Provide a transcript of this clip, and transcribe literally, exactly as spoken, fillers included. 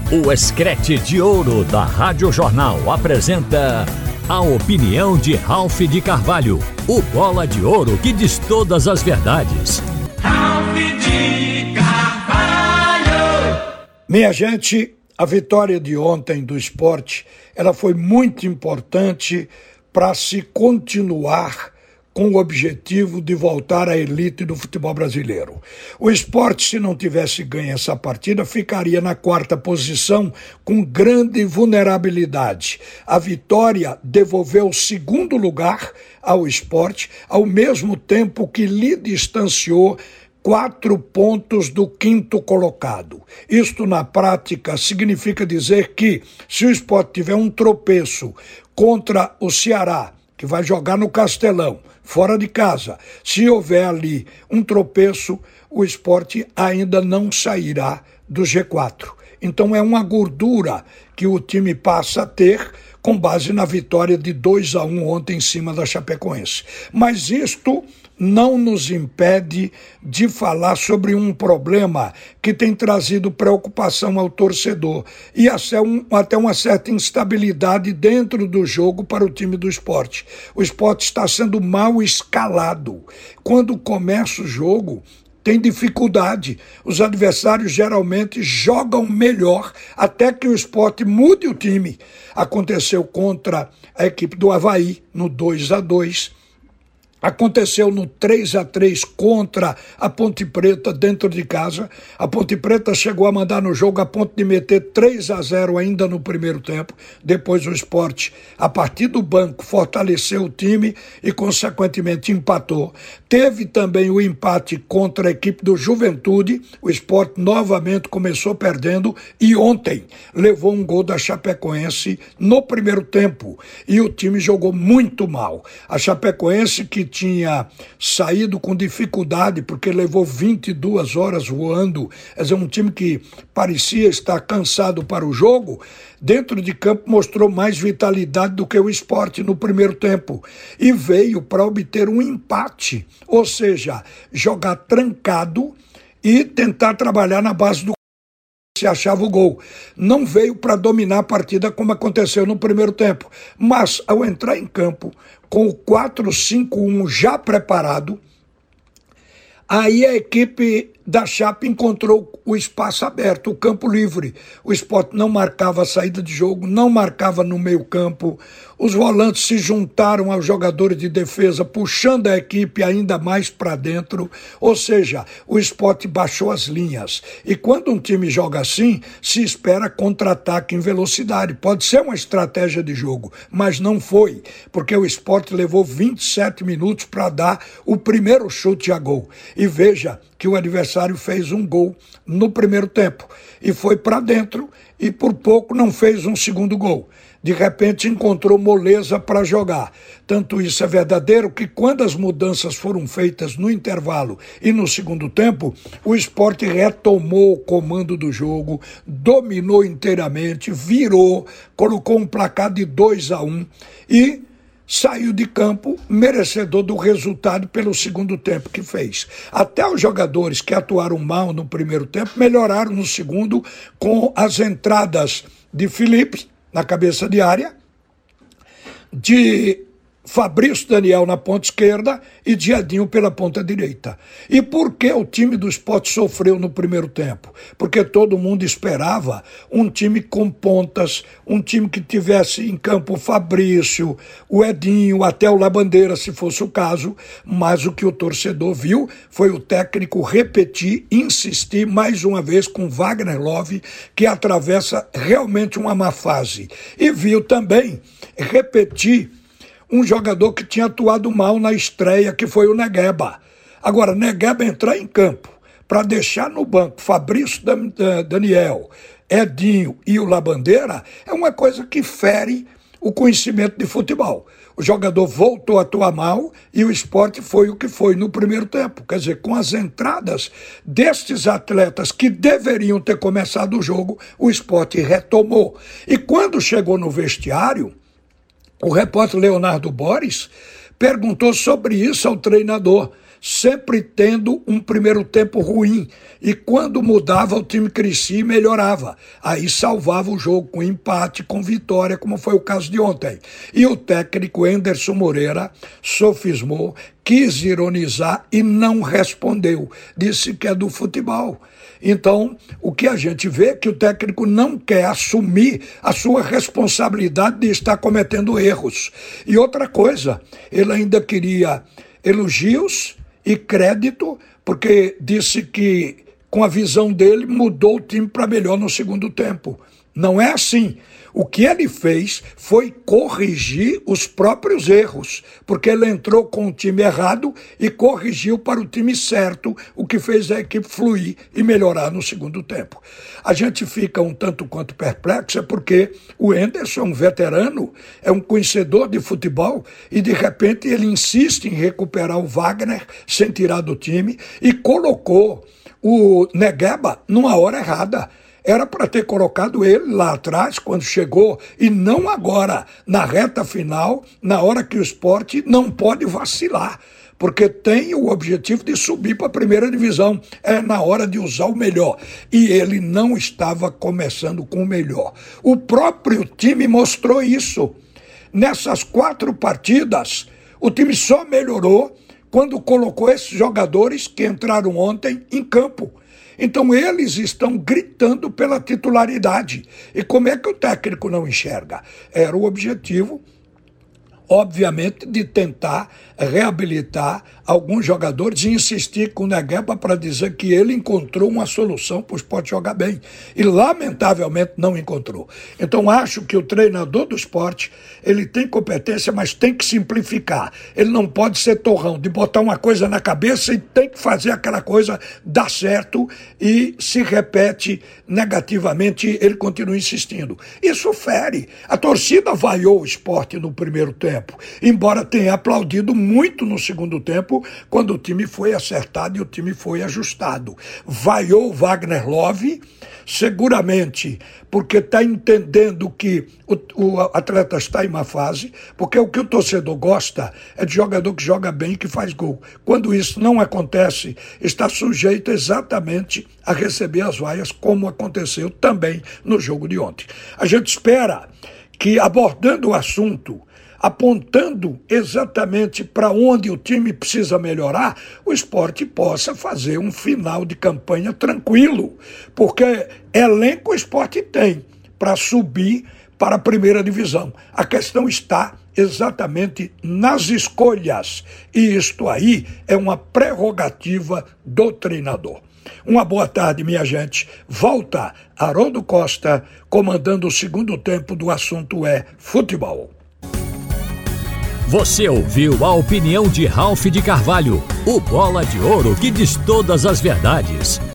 O Escrete de Ouro da Rádio Jornal apresenta a opinião de Ralph de Carvalho, o bola de ouro que diz todas as verdades. Ralph de Carvalho! Minha gente, a vitória de ontem do Sport, ela foi muito importante para se continuar com o objetivo de voltar à elite do futebol brasileiro. O Sport, se não tivesse ganho essa partida, ficaria na quarta posição com grande vulnerabilidade. A vitória devolveu o segundo lugar ao Sport, ao mesmo tempo que lhe distanciou quatro pontos do quinto colocado. Isto, na prática, significa dizer que, se o Sport tiver um tropeço contra o Ceará, que vai jogar no Castelão, fora de casa, se houver ali um tropeço, o Sport ainda não sairá do G quatro. Então é uma gordura que o time passa a ter com base na vitória de dois a um ontem em cima da Chapecoense. Mas isto não nos impede de falar sobre um problema que tem trazido preocupação ao torcedor e até uma certa instabilidade dentro do jogo para o time do Sport. O Sport está sendo mal escalado. Quando começa o jogo, tem dificuldade. Os adversários geralmente jogam melhor até que o Sport mude o time. Aconteceu contra a equipe do Avaí no dois a dois. Aconteceu no três a três contra a Ponte Preta dentro de casa. A Ponte Preta chegou a mandar no jogo a ponto de meter três a zero ainda no primeiro tempo. Depois o Sport, a partir do banco, fortaleceu o time e, consequentemente, empatou. Teve também o empate contra a equipe do Juventude. O Sport novamente começou perdendo e ontem levou um gol da Chapecoense no primeiro tempo. E o time jogou muito mal. A Chapecoense, que tinha saído com dificuldade porque levou vinte e duas horas voando, quer dizer, um time que parecia estar cansado para o jogo, dentro de campo mostrou mais vitalidade do que o Sport no primeiro tempo e veio para obter um empate, ou seja, jogar trancado e tentar trabalhar na base do se achava o gol. Não veio para dominar a partida como aconteceu no primeiro tempo, mas ao entrar em campo com o quatro cinco um já preparado, aí a equipe da Chape encontrou o espaço aberto, o campo livre. O Sport não marcava a saída de jogo, não marcava no meio campo. Os volantes se juntaram aos jogadores de defesa, puxando a equipe ainda mais para dentro. Ou seja, o Sport baixou as linhas. E quando um time joga assim, se espera contra-ataque em velocidade. Pode ser uma estratégia de jogo, mas não foi, porque o Sport levou vinte e sete minutos para dar o primeiro chute a gol. E veja que o adversário fez um gol no primeiro tempo e foi para dentro e por pouco não fez um segundo gol. De repente encontrou moleza para jogar. Tanto isso é verdadeiro que quando as mudanças foram feitas no intervalo e no segundo tempo, o Sport retomou o comando do jogo, dominou inteiramente, virou, colocou um placar de dois a um e saiu de campo merecedor do resultado pelo segundo tempo que fez. Até os jogadores que atuaram mal no primeiro tempo melhoraram no segundo com as entradas de Felipe na cabeça de área, de Fabrício Daniel na ponta esquerda e de Edinho pela ponta direita. E por que o time do Sport sofreu no primeiro tempo? Porque todo mundo esperava um time com pontas, um time que tivesse em campo o Fabrício, o Edinho, até o Labandeira, se fosse o caso, mas o que o torcedor viu foi o técnico repetir, insistir mais uma vez com Wagner Love, que atravessa realmente uma má fase. E viu também repetir um jogador que tinha atuado mal na estreia, que foi o Negueba. Agora, Negueba entrar em campo para deixar no banco Fabrício Daniel, Edinho e o Labandeira é uma coisa que fere o conhecimento de futebol. O jogador voltou a atuar mal e o Sport foi o que foi no primeiro tempo. Quer dizer, com as entradas destes atletas que deveriam ter começado o jogo, o Sport retomou. E quando chegou no vestiário, o repórter Leonardo Boris perguntou sobre isso ao treinador. sempre tendo um primeiro tempo ruim. E quando mudava, o time crescia e melhorava. Aí salvava o jogo com empate, com vitória, como foi o caso de ontem. E o técnico Enderson Moreira sofismou, quis ironizar e não respondeu. Disse que é do futebol. Então, o que a gente vê é que o técnico não quer assumir a sua responsabilidade de estar cometendo erros. E outra coisa, ele ainda queria elogios e crédito, porque disse que, com a visão dele, mudou o time para melhor no segundo tempo. Não é assim. O que ele fez foi corrigir os próprios erros, porque ele entrou com o time errado e corrigiu para o time certo, o que fez a equipe fluir e melhorar no segundo tempo. A gente fica um tanto quanto perplexo, porque o Enderson é um veterano, é um conhecedor de futebol, e de repente ele insiste em recuperar o Wagner sem tirar do time e colocou o Negueba numa hora errada. Era para ter colocado ele lá atrás, quando chegou, e não agora, na reta final, na hora que o Sport não pode vacilar, porque tem o objetivo de subir para a primeira divisão. É na hora de usar o melhor. E ele não estava começando com o melhor. O próprio time mostrou isso. Nessas quatro partidas, o time só melhorou quando colocou esses jogadores que entraram ontem em campo. Então eles estão gritando pela titularidade. E como é que o técnico não enxerga? Era o objetivo, obviamente, de tentar reabilitar alguns jogadores e insistir com o Negueba para dizer que ele encontrou uma solução para o Sport jogar bem. E, lamentavelmente, não encontrou. Então, acho que o treinador do Sport, ele tem competência, mas tem que simplificar. Ele não pode ser torrão, de botar uma coisa na cabeça e tem que fazer aquela coisa dar certo, e se repete negativamente, ele continua insistindo. Isso fere. A torcida vaiou o Sport no primeiro tempo, embora tenha aplaudido muito no segundo tempo, quando o time foi acertado e o time foi ajustado. Vaiou o Wagner Love, seguramente porque está entendendo que o, o atleta está em uma fase, porque o que o torcedor gosta é de jogador que joga bem e que faz gol. Quando isso não acontece, está sujeito exatamente a receber as vaias, como aconteceu também no jogo de ontem. A gente espera que, abordando o assunto, apontando exatamente para onde o time precisa melhorar, o Sport possa fazer um final de campanha tranquilo, porque elenco o Sport tem para subir para a primeira divisão. A questão está exatamente nas escolhas, e isto aí é uma prerrogativa do treinador. Uma boa tarde, minha gente. Volta Haroldo Costa, comandando o segundo tempo do Assunto é Futebol. Você ouviu a opinião de Ralph de Carvalho, o bola de ouro que diz todas as verdades.